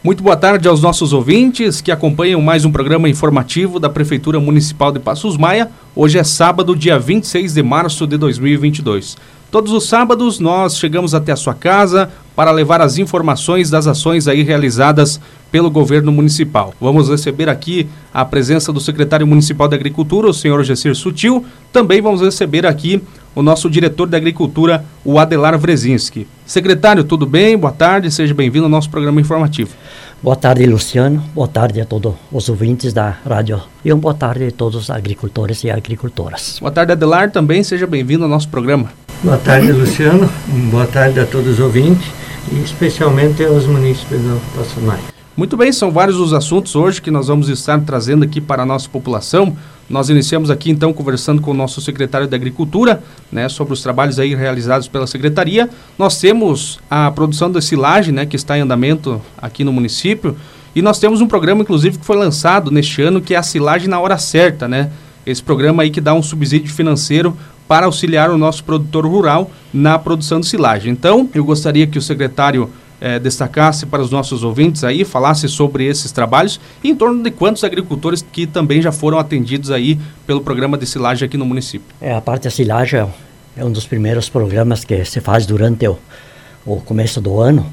Muito boa tarde aos nossos ouvintes que acompanham mais um programa informativo da Prefeitura Municipal de Passos Maia. Hoje é sábado, dia 26 de março de 2022. Todos os sábados nós chegamos até a sua casa para levar as informações das ações aí realizadas pelo governo municipal. Vamos receber aqui a presença do secretário municipal de Agricultura, o senhor Gessir Sutil. Também vamos receber aqui o nosso diretor de Agricultura, o Adelar Wrezinski. Secretário, tudo bem? Boa tarde, seja bem-vindo ao nosso programa informativo. Boa tarde, Luciano. Boa tarde a todos os ouvintes da rádio e boa tarde a todos os agricultores e agricultoras. Boa tarde, Adelar, também seja bem-vindo ao nosso programa. Boa tarde, Luciano. Boa tarde a todos os ouvintes e especialmente aos munícipes do Passos Maia. Muito bem, são vários os assuntos hoje que nós vamos estar trazendo aqui para a nossa população. Nós iniciamos aqui então conversando com o nosso secretário de Agricultura, né, sobre os trabalhos aí realizados pela Secretaria. Nós temos a produção da silagem, né, que está em andamento aqui no município, e nós temos um programa inclusive que foi lançado neste ano, que é a silagem na hora certa, né? Esse programa aí que dá um subsídio financeiro para auxiliar o nosso produtor rural na produção de silagem. Então, eu gostaria que o secretário destacasse para os nossos ouvintes aí, falasse sobre esses trabalhos e em torno de quantos agricultores que também já foram atendidos aí pelo programa de silagem aqui no município. A parte da silagem é um dos primeiros programas que se faz durante o começo do ano,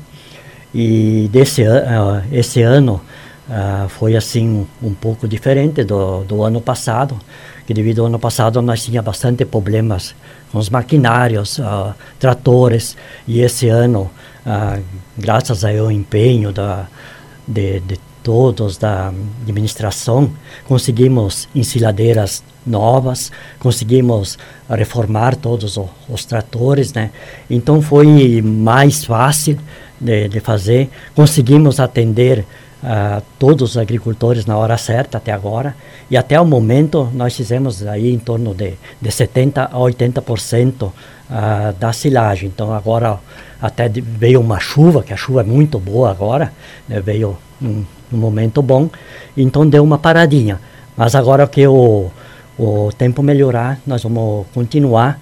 e esse ano foi assim um pouco diferente do ano passado, que devido ao ano passado nós tínhamos bastante problemas com os maquinários, tratores, e esse ano, graças ao empenho de todos da administração, conseguimos ensiladeiras novas, conseguimos reformar todos os tratores, né? Então foi mais fácil de fazer, conseguimos atender todos os agricultores na hora certa até agora, e até o momento nós fizemos aí em torno de 70% a 80% da silagem. Então agora até veio uma chuva, que a chuva é muito boa agora, né? Veio num momento bom, então deu uma paradinha, mas agora que o tempo melhorar, nós vamos continuar,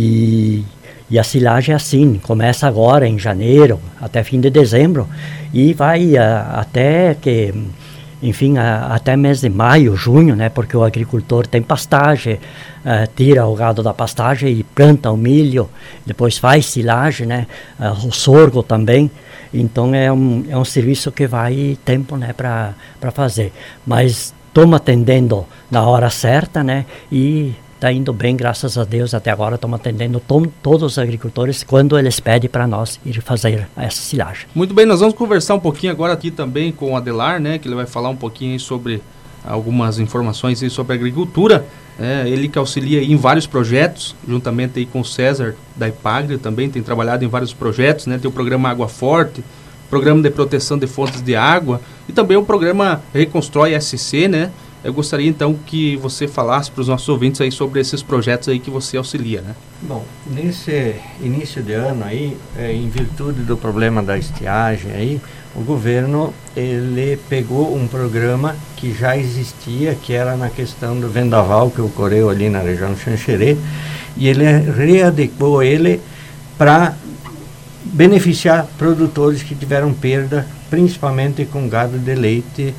e a silagem é assim, começa agora em janeiro, até fim de dezembro, e vai até que, enfim, até mês de maio, junho, né? Porque o agricultor tem pastagem, tira o gado da pastagem e planta o milho, depois faz silagem, né? O sorgo também. Então é um serviço que vai tempo, né, para fazer. Mas estamos atendendo na hora certa, né? E está indo bem, graças a Deus. Até agora estamos atendendo todos os agricultores quando eles pedem para nós ir fazer essa silagem. Muito bem, nós vamos conversar um pouquinho agora aqui também com o Adelar, né, que ele vai falar um pouquinho aí sobre algumas informações aí sobre a agricultura. Ele que auxilia aí em vários projetos, juntamente aí com o César da Ipagre, também tem trabalhado em vários projetos, né? Tem o programa Água Forte, programa de proteção de fontes de água e também o programa Reconstrói SC, né? Eu gostaria então que você falasse para os nossos ouvintes aí sobre esses projetos aí que você auxilia, né? Bom, nesse início de ano aí, em virtude do problema da estiagem aí, o governo ele pegou um programa que já existia, que era na questão do vendaval que ocorreu ali na região do Xanxerê, e ele readequou ele para beneficiar produtores que tiveram perda, principalmente com gado de leite,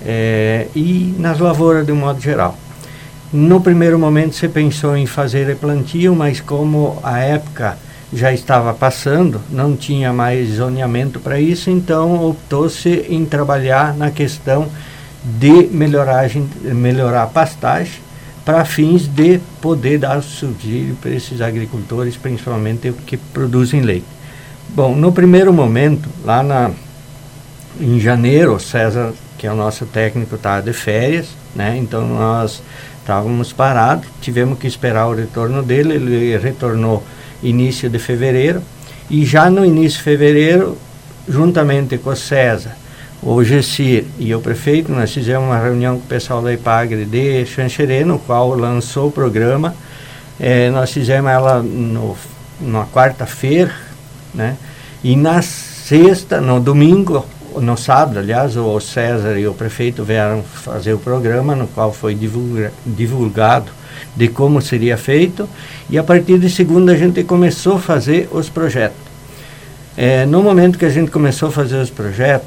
e nas lavouras de um modo geral. No primeiro momento se pensou em fazer replantio, mas como a época já estava passando, não tinha mais zoneamento para isso, então optou-se em trabalhar na questão de melhorar a pastagem para fins de poder dar subsídio para esses agricultores, principalmente que produzem leite. Bom, no primeiro momento, lá em janeiro, o César, que é o nosso técnico, estava de férias, né? Então nós estávamos parados, tivemos que esperar o retorno dele. Ele retornou início de fevereiro, e já no início de fevereiro, juntamente com o César, o Gessir e o prefeito, nós fizemos uma reunião com o pessoal da Ipagre de Xanxerê, no qual lançou o programa. Nós fizemos ela na quarta-feira, né? E na sexta, no domingo, no sábado, aliás, o César e o prefeito vieram fazer o programa, no qual foi divulgado de como seria feito, e a partir de segunda a gente começou a fazer os projetos. No momento que a gente começou a fazer os projetos,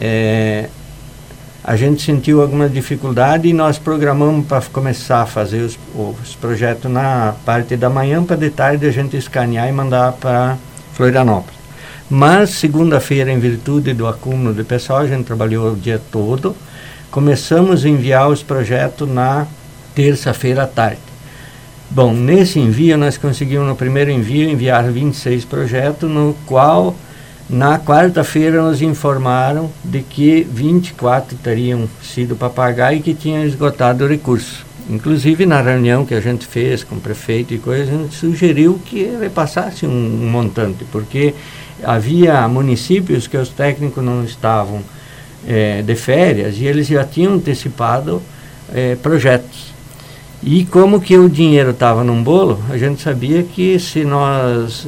a gente sentiu alguma dificuldade e nós programamos para começar a fazer os projetos na parte da manhã, para de tarde a gente escanear e mandar para Florianópolis. Mas segunda-feira, em virtude do acúmulo de pessoal, a gente trabalhou o dia todo. Começamos a enviar os projetos na terça-feira à tarde. Bom, nesse envio nós conseguimos, no primeiro envio, enviar 26 projetos, no qual na quarta-feira nos informaram de que 24 teriam sido para pagar e que tinham esgotado o recurso. Inclusive, na reunião que a gente fez com o prefeito e coisa, a gente sugeriu que repassasse um montante, porque havia municípios que os técnicos não estavam de férias e eles já tinham antecipado projetos. E como que o dinheiro estava num bolo, a gente sabia que se nós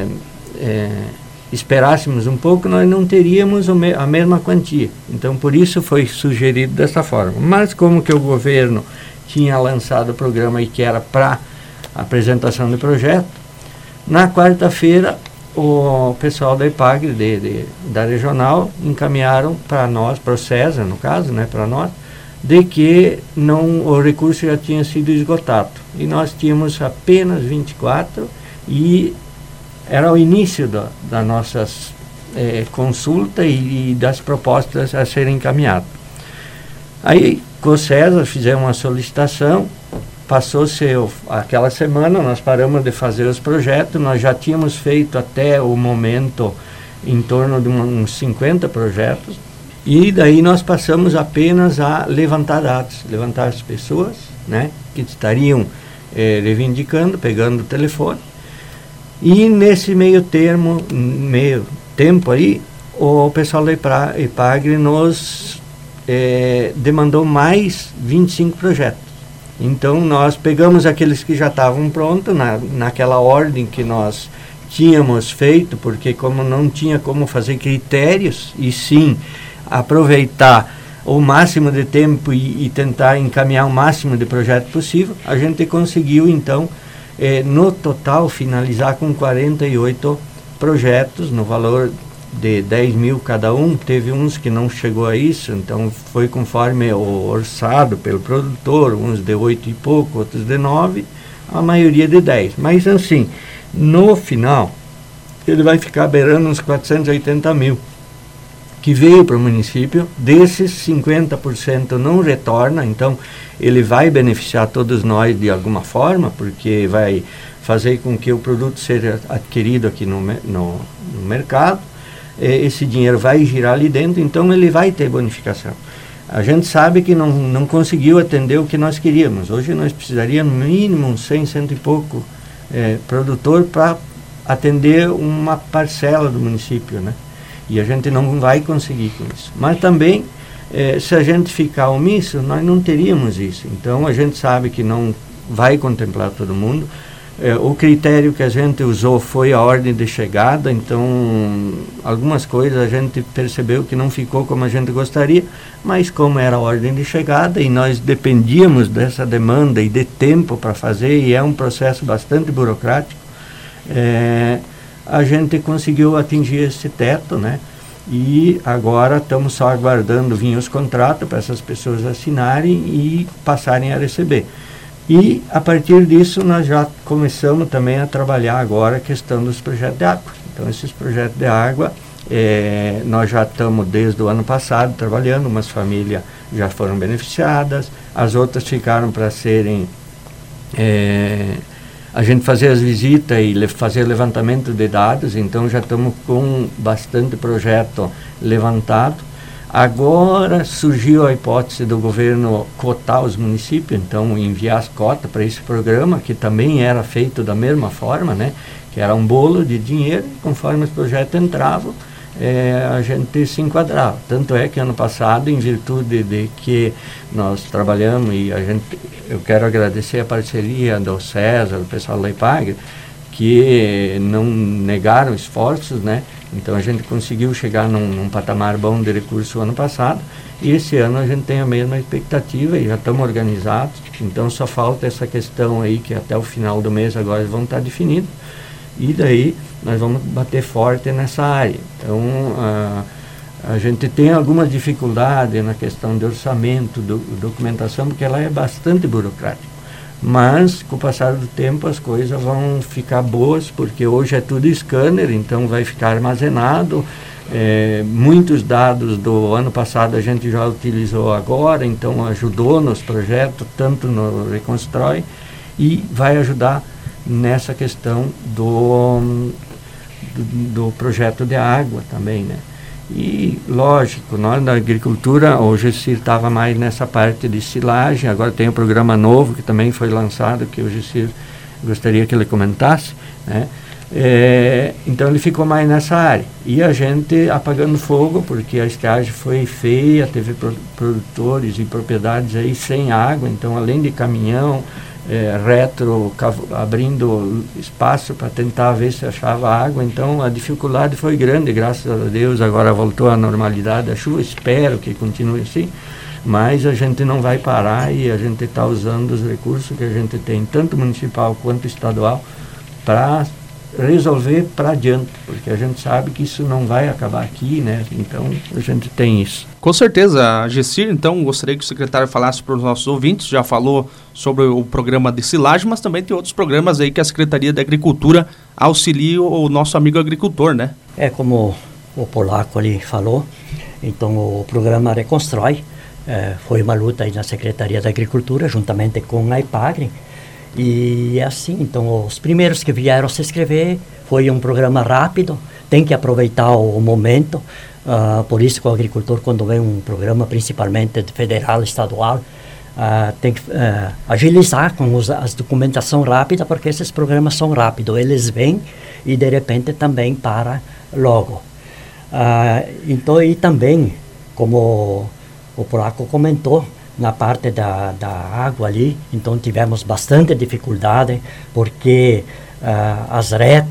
esperássemos um pouco, nós não teríamos a mesma quantia. Então, por isso foi sugerido dessa forma. Mas como que o governo tinha lançado o programa e que era para apresentação do projeto, na quarta-feira o pessoal da IPAGRE, da regional, encaminharam para nós, para o César, no caso, né, para nós, de que o recurso já tinha sido esgotado. E nós tínhamos apenas 24 e era o início da nossa consulta e das propostas a serem encaminhadas. Aí, com o César, fizemos uma solicitação, passou-se aquela semana, nós paramos de fazer os projetos, nós já tínhamos feito até o momento em torno de uns 50 projetos, e daí nós passamos apenas a levantar dados, levantar as pessoas, né, que estariam reivindicando, pegando o telefone. E nesse meio tempo aí, o pessoal da IPAGRE nos demandou mais 25 projetos. Então nós pegamos aqueles que já estavam prontos, naquela ordem que nós tínhamos feito, porque como não tinha como fazer critérios, e sim aproveitar o máximo de tempo e tentar encaminhar o máximo de projeto possível, a gente conseguiu então no total finalizar com 48 projetos no valor de 10 mil cada um. Teve uns que não chegou a isso, então foi conforme o orçado pelo produtor, uns de 8 e pouco, outros de 9, a maioria de 10. Mas assim, no final, ele vai ficar beirando uns 480 mil, que veio para o município. Desses, 50% não retorna, então ele vai beneficiar todos nós de alguma forma, porque vai fazer com que o produto seja adquirido aqui no mercado. Esse dinheiro vai girar ali dentro, então ele vai ter bonificação. A gente sabe que não conseguiu atender o que nós queríamos. Hoje nós precisaríamos no mínimo uns 100, 100 e pouco produtor para atender uma parcela do município, né? E a gente não vai conseguir com isso. Mas também, se a gente ficar omisso, nós não teríamos isso. Então a gente sabe que não vai contemplar todo mundo. O critério que a gente usou foi a ordem de chegada, então algumas coisas a gente percebeu que não ficou como a gente gostaria, mas como era a ordem de chegada e nós dependíamos dessa demanda e de tempo para fazer, e é um processo bastante burocrático, a gente conseguiu atingir esse teto, né? E agora estamos só aguardando vir os contratos para essas pessoas assinarem e passarem a receber. E, a partir disso, nós já começamos também a trabalhar agora a questão dos projetos de água. Então, esses projetos de água, nós já estamos desde o ano passado trabalhando, umas famílias já foram beneficiadas, as outras ficaram para serem... a gente fazer as visitas e fazer o levantamento de dados, então já estamos com bastante projeto levantado. Agora surgiu a hipótese do governo cotar os municípios, então enviar as cotas para esse programa, que também era feito da mesma forma, né? Que era um bolo de dinheiro, conforme os projetos entravam, a gente se enquadrava. Tanto é que ano passado, em virtude de que nós trabalhamos, e eu quero agradecer a parceria do César, do pessoal da IPAGRE, que não negaram esforços, né? Então a gente conseguiu chegar num patamar bom de recurso ano passado, e esse ano a gente tem a mesma expectativa e já estamos organizados. Então só falta essa questão aí, que até o final do mês agora vão estar definidos, e daí nós vamos bater forte nessa área. Então A gente tem alguma dificuldade na questão de orçamento, documentação, porque ela é bastante burocrática. Mas, com o passar do tempo, as coisas vão ficar boas, porque hoje é tudo scanner, então vai ficar armazenado. Muitos dados do ano passado a gente já utilizou agora, então ajudou nos projetos, tanto no Reconstrói, e vai ajudar nessa questão do projeto de água também, né? E, lógico, nós da agricultura, o Gessir estava mais nessa parte de silagem, agora tem um programa novo que também foi lançado, que o Gessir gostaria que ele comentasse, né? Então ele ficou mais nessa área. E a gente apagando fogo, porque a estiagem foi feia, teve produtores e propriedades aí sem água, então além de caminhão, abrindo espaço para tentar ver se achava água, então a dificuldade foi grande, graças a Deus agora voltou à normalidade a chuva, espero que continue assim, mas a gente não vai parar e a gente está usando os recursos que a gente tem, tanto municipal quanto estadual, para resolver para adiante, porque a gente sabe que isso não vai acabar aqui, né? Então a gente tem isso. Com certeza, Gessir, então gostaria que o secretário falasse para os nossos ouvintes, já falou sobre o programa de silagem, mas também tem outros programas aí que a Secretaria da Agricultura auxilia o nosso amigo agricultor, né? Como o Polaco ali falou, então o programa Reconstrói foi uma luta aí na Secretaria da Agricultura, juntamente com a IPAGRE, e assim, então os primeiros que vieram se inscrever, foi um programa rápido, tem que aproveitar o momento, por isso que o agricultor, quando vem um programa, principalmente federal, estadual, tem que agilizar com as documentação rápida, porque esses programas são rápidos, eles vêm e de repente também para logo. Então, e também, como o Polaco comentou, na parte da água ali, então tivemos bastante dificuldade, porque as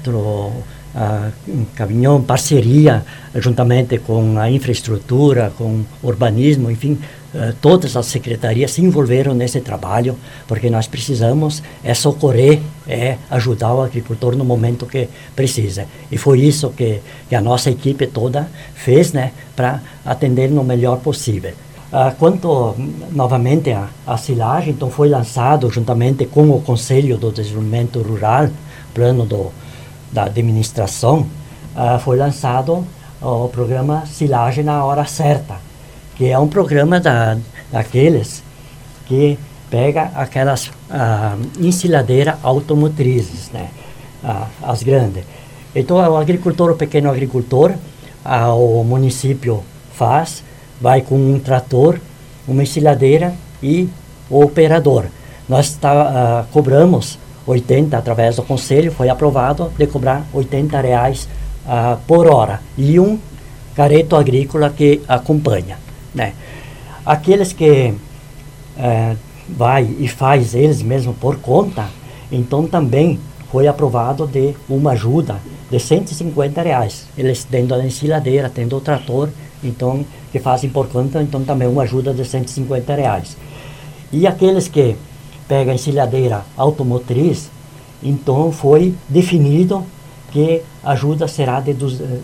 caminhão, parceria, juntamente com a infraestrutura, com o urbanismo, enfim, todas as secretarias se envolveram nesse trabalho, porque nós precisamos socorrer, ajudar o agricultor no momento que precisa. E foi isso que a nossa equipe toda fez, né, para atender no melhor possível. Quanto novamente a silagem, então foi lançado juntamente com o Conselho do Desenvolvimento Rural, plano da administração, foi lançado o programa Silagem na Hora Certa, que é um programa daqueles que pega aquelas ensiladeiras automotrizes, né, as grandes. Então o agricultor, o pequeno agricultor, o município vai com um trator, uma ensiladeira e o operador. Nós cobramos 80, através do conselho, foi aprovado de cobrar R$80 por hora e um careto agrícola que acompanha, né? Aqueles que vai e faz eles mesmo por conta, então também foi aprovado de uma ajuda de R$150. Eles tendo a ensiladeira, tendo o trator, então que fazem por conta, então também uma ajuda de R$150. E aqueles que pegam a ensiladeira automotriz, então foi definido que a ajuda será de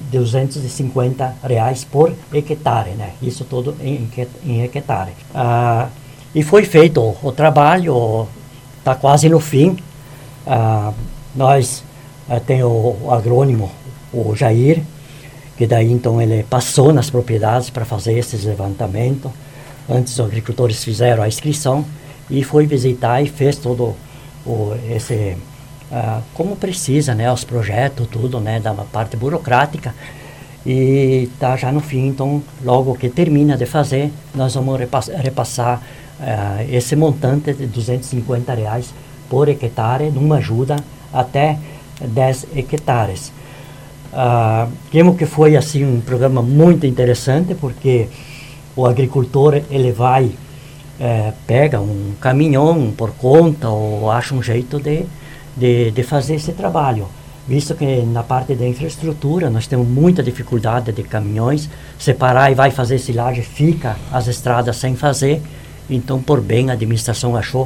R$250 por hectare, né? Isso tudo em hectare. E foi feito o trabalho, está quase no fim. Nós tem o agrônomo, o Jair, que daí então ele passou nas propriedades para fazer esses levantamentos. Antes os agricultores fizeram a inscrição e foi visitar e fez todo esse como precisa, né, os projetos, tudo, né, da parte burocrática, e está já no fim. Então logo que termina de fazer, nós vamos repassar esse montante de R$250 por hectare, numa ajuda até 10 hectares. Creio que foi assim um programa muito interessante, porque o agricultor ele vai, pega um caminhão por conta ou acha um jeito de fazer esse trabalho, visto que na parte da infraestrutura nós temos muita dificuldade de caminhões, separar e vai fazer silagem, fica as estradas sem fazer, então por bem a administração achou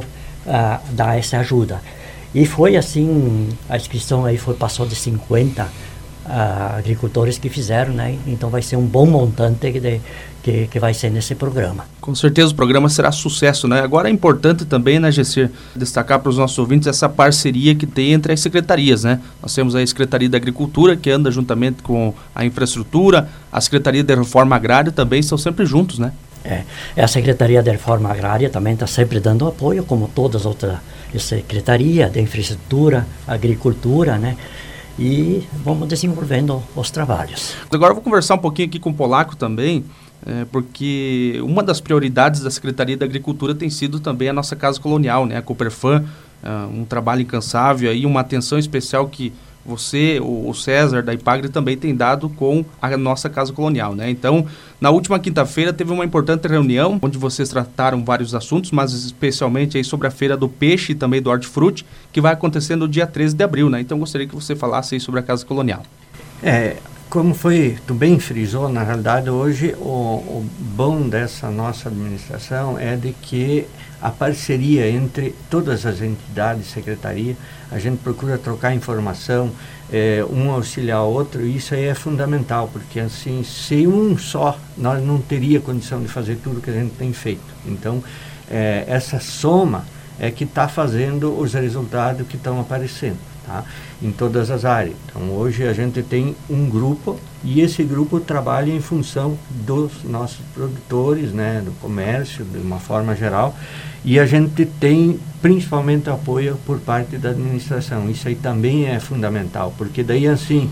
dar essa ajuda. E foi assim, a inscrição aí passou de 50 agricultores que fizeram, né? Então vai ser um bom montante que vai ser nesse programa. Com certeza o programa será sucesso, né? Agora é importante também, né, Gessir, destacar para os nossos ouvintes essa parceria que tem entre as secretarias, né? Nós temos a Secretaria da Agricultura, que anda juntamente com a Infraestrutura, a Secretaria da Reforma Agrária também estão sempre juntos, né? A Secretaria da Reforma Agrária também está sempre dando apoio, como todas as outras secretarias, da Infraestrutura, Agricultura, né? E vamos desenvolvendo os trabalhos. Agora eu vou conversar um pouquinho aqui com o Polaco também, porque uma das prioridades da Secretaria da Agricultura tem sido também a nossa Casa Colonial, né? A Coperfan, um trabalho incansável e uma atenção especial que você, o César da Ipagre, também tem dado com a nossa Casa Colonial, né? Então, na última quinta-feira teve uma importante reunião, onde vocês trataram vários assuntos, mas especialmente aí sobre a Feira do Peixe e também do Hortifruti, que vai acontecer no dia 13 de abril, né? Então, gostaria que você falasse aí sobre a Casa Colonial. Como tu bem frisou, na realidade, hoje o bom dessa nossa administração é de que a parceria entre todas as entidades, secretaria, a gente procura trocar informação, um auxiliar o outro, e isso aí é fundamental, porque assim, se um só, nós não teria condição de fazer tudo que a gente tem feito. Então, essa soma é que está fazendo os resultados que estão aparecendo, tá? Em todas as áreas. Então, hoje a gente tem um grupo, e esse grupo trabalha em função dos nossos produtores, né, do comércio, de uma forma geral, e a gente tem principalmente apoio por parte da administração. Isso aí também é fundamental, porque daí assim,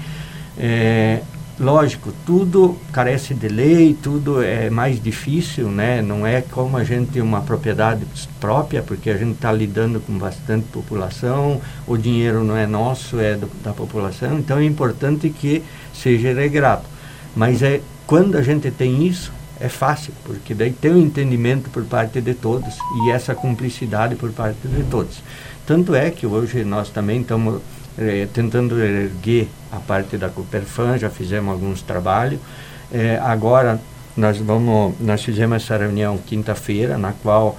lógico, tudo carece de lei, tudo é mais difícil, né? Não é como a gente tem uma propriedade própria, porque a gente está lidando com bastante população, o dinheiro não é nosso, é da população, então é importante que seja regrado. Mas quando a gente tem isso, é fácil, porque daí tem um entendimento por parte de todos e essa cumplicidade por parte de todos. Tanto é que hoje nós também estamos tentando erguer a parte da Coperfan, já fizemos alguns trabalhos. Agora nós fizemos essa reunião quinta-feira, na qual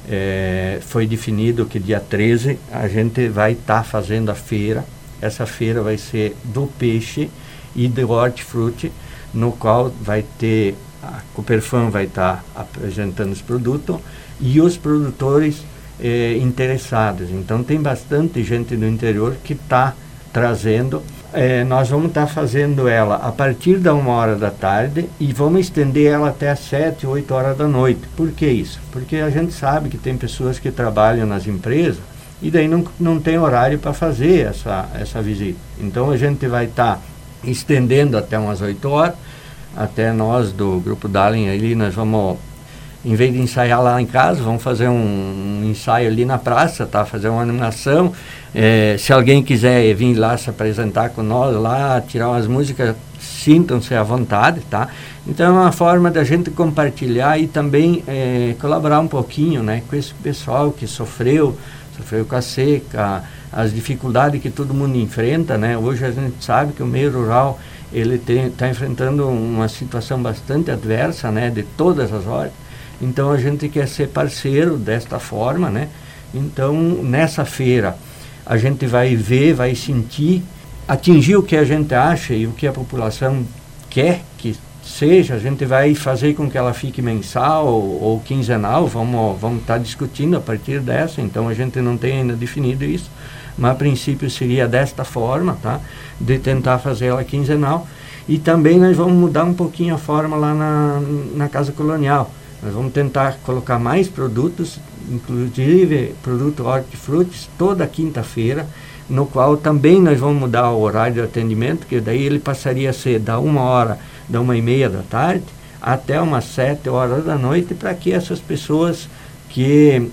foi definido que dia 13 a gente vai estar fazendo a feira. Essa feira vai ser do peixe e do hortifruti, no qual vai ter, a Coperfan vai estar apresentando os produtos e os produtores interessados. Então tem bastante gente do interior que está trazendo. Nós vamos estar fazendo ela a partir da 1h da tarde e vamos estender ela até às 7, 8 horas da noite. Por que isso? Porque a gente sabe que tem pessoas que trabalham nas empresas e daí não tem horário para fazer essa visita. Então a gente vai estar estendendo até umas 8 horas, até nós do Grupo Dahlen ali, nós vamos, em vez de ensaiar lá em casa, vamos fazer um ensaio ali na praça, tá? Fazer uma animação. Se alguém quiser vir lá se apresentar com nós, lá, tirar umas músicas, sintam-se à vontade, tá? Então é uma forma da gente compartilhar e também colaborar um pouquinho, né, com esse pessoal que sofreu com a seca, as dificuldades que todo mundo enfrenta, né? Hoje a gente sabe que o meio rural ele está enfrentando uma situação bastante adversa, né, de todas as horas. Então a gente quer ser parceiro desta forma, né? Então nessa feira a gente vai ver, vai sentir, atingir o que a gente acha e o que a população quer que seja. A gente vai fazer com que ela fique mensal ou quinzenal, vamos estar discutindo a partir dessa. Então a gente não tem ainda definido isso, mas a princípio seria desta forma, tá? De tentar fazer ela quinzenal. E também nós vamos mudar um pouquinho a forma lá na Casa Colonial. Nós vamos tentar colocar mais produtos, inclusive produto hortifrutis, toda quinta-feira, no qual também nós vamos mudar o horário de atendimento, que daí ele passaria a ser da 1h, da 1h30 da tarde, até umas 7 horas da noite, para que essas pessoas que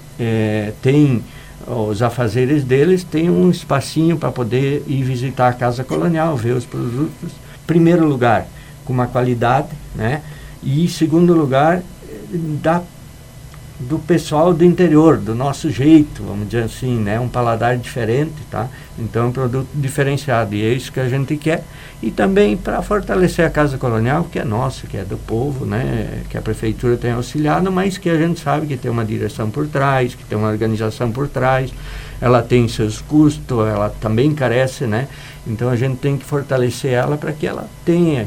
têm os afazeres deles tenham um espacinho para poder ir visitar a Casa Colonial, ver os produtos, primeiro lugar, com uma qualidade, né? E segundo lugar, dá do pessoal do interior, do nosso jeito, vamos dizer assim, né? Um paladar diferente, tá? Então é um produto diferenciado e é isso que a gente quer. E também para fortalecer a Casa Colonial, que é nossa, que é do povo, né? Que a prefeitura tem auxiliado, mas que a gente sabe que tem uma direção por trás, que tem uma organização por trás, ela tem seus custos, ela também carece, né? Então a gente tem que fortalecer ela para que ela tenha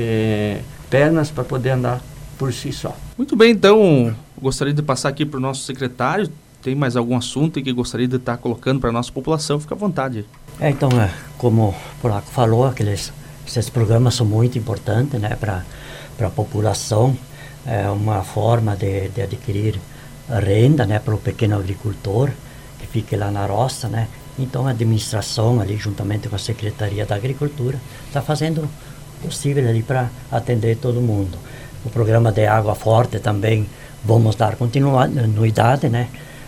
pernas para poder andar por si só. Muito bem, então, gostaria de passar aqui para o nosso secretário. Tem mais algum assunto que gostaria de estar colocando para a nossa população? Fica à vontade. Então, como o Polaco falou, esses programas são muito importantes, né, para a população. É uma forma de adquirir renda, né, para o pequeno agricultor que fica lá na roça, né. Então, a administração ali, juntamente com a Secretaria da Agricultura, está fazendo o possível ali para atender todo mundo. O programa de Água Forte também vamos dar continuidade, né?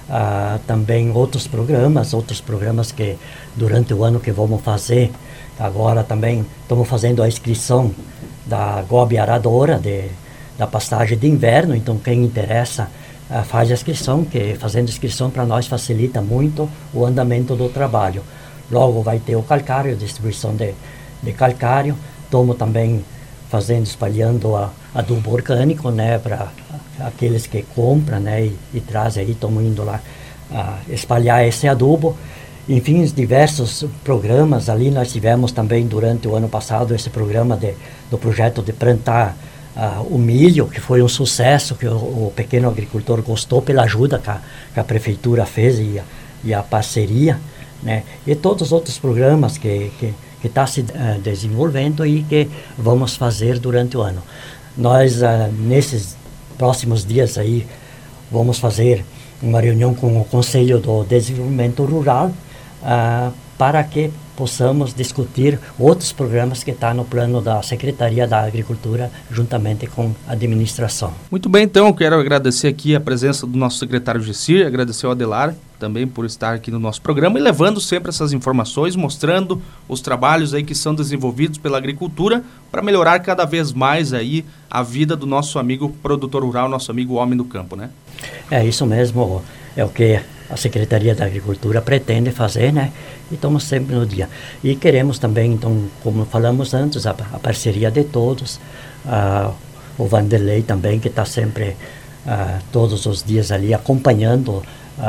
Também outros programas que durante o ano que vamos fazer. Agora também estamos fazendo a inscrição da gobe aradora, da pastagem de inverno. Então quem interessa faz a inscrição, que fazendo inscrição para nós facilita muito o andamento do trabalho. Logo vai ter o calcário, distribuição de calcário. Estamos também espalhando adubo orgânico, né, para aqueles que compram, né, e trazem aí, estamos indo lá espalhar esse adubo. Enfim, diversos programas ali. Nós tivemos também durante o ano passado esse programa do projeto de plantar o milho, que foi um sucesso, que o pequeno agricultor gostou pela ajuda que a prefeitura fez e a parceria, né, e todos os outros programas que está se desenvolvendo e que vamos fazer durante o ano. Nós, nesses próximos dias aí, vamos fazer uma reunião com o Conselho do Desenvolvimento Rural para que possamos discutir outros programas que estão no plano da Secretaria da Agricultura, juntamente com a administração. Muito bem, então, quero agradecer aqui a presença do nosso secretário Gessir, agradecer ao Adelar também por estar aqui no nosso programa e levando sempre essas informações, mostrando os trabalhos aí que são desenvolvidos pela agricultura para melhorar cada vez mais aí a vida do nosso amigo produtor rural, nosso amigo homem do campo, né? É isso mesmo, é o que a Secretaria da Agricultura pretende fazer, né? E estamos sempre no dia. E queremos também, então, como falamos antes, a parceria de todos, o Vanderlei também, que está sempre todos os dias ali acompanhando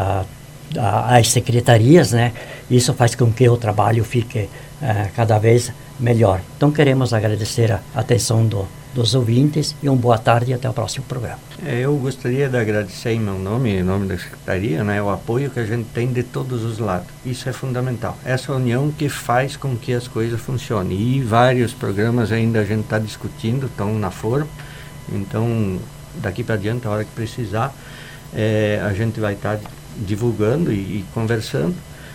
as secretarias, né? Isso faz com que o trabalho fique cada vez melhor. Então queremos agradecer a atenção dos ouvintes e uma boa tarde e até o próximo programa. Eu gostaria de agradecer em meu nome, em nome da Secretaria, né, o apoio que a gente tem de todos os lados. Isso é fundamental. Essa união que faz com que as coisas funcionem. E vários programas ainda a gente está discutindo, estão na forma. Então, daqui para diante, a hora que precisar, a gente vai estar divulgando e conversando.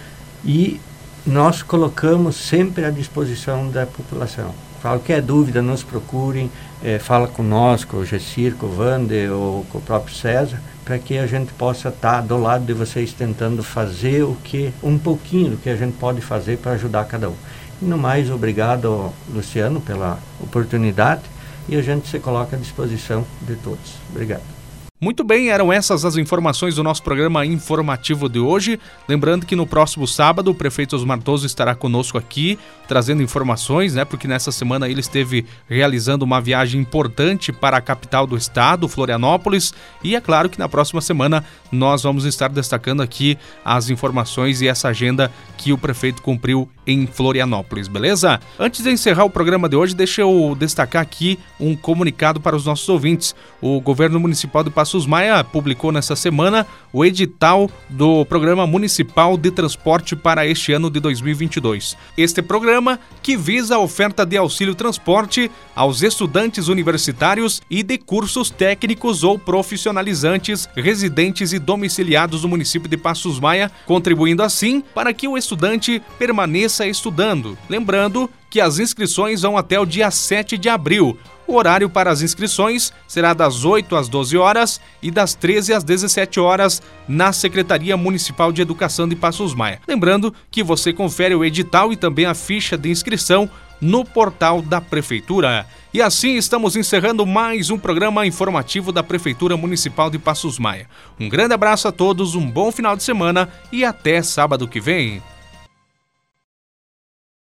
E nós colocamos sempre à disposição da população. Qualquer dúvida, nos procurem, fala conosco, com o Gessir, com o Vander ou com o próprio César, para que a gente possa estar do lado de vocês tentando fazer um pouquinho do que a gente pode fazer para ajudar cada um. E no mais, obrigado, Luciano, pela oportunidade e a gente se coloca à disposição de todos. Obrigado. Muito bem, eram essas as informações do nosso programa informativo de hoje. Lembrando que no próximo sábado o prefeito Osmar Toso estará conosco aqui, trazendo informações, né? Porque nessa semana ele esteve realizando uma viagem importante para a capital do estado, Florianópolis. E é claro que na próxima semana nós vamos estar destacando aqui as informações e essa agenda que o prefeito cumpriu em Florianópolis, beleza? Antes de encerrar o programa de hoje, deixa eu destacar aqui um comunicado para os nossos ouvintes. O governo municipal de Passos Maia publicou nessa semana o edital do Programa Municipal de Transporte para este ano de 2022. Este programa que visa a oferta de auxílio transporte aos estudantes universitários e de cursos técnicos ou profissionalizantes residentes e domiciliados no município de Passos Maia, contribuindo assim para que o estudante permaneça estudando. Lembrando que as inscrições vão até o dia 7 de abril. O horário para as inscrições será das 8 às 12 horas e das 13 às 17 horas na Secretaria Municipal de Educação de Passos Maia. Lembrando que você confere o edital e também a ficha de inscrição no portal da Prefeitura. E assim estamos encerrando mais um programa informativo da Prefeitura Municipal de Passos Maia. Um grande abraço a todos, um bom final de semana e até sábado que vem.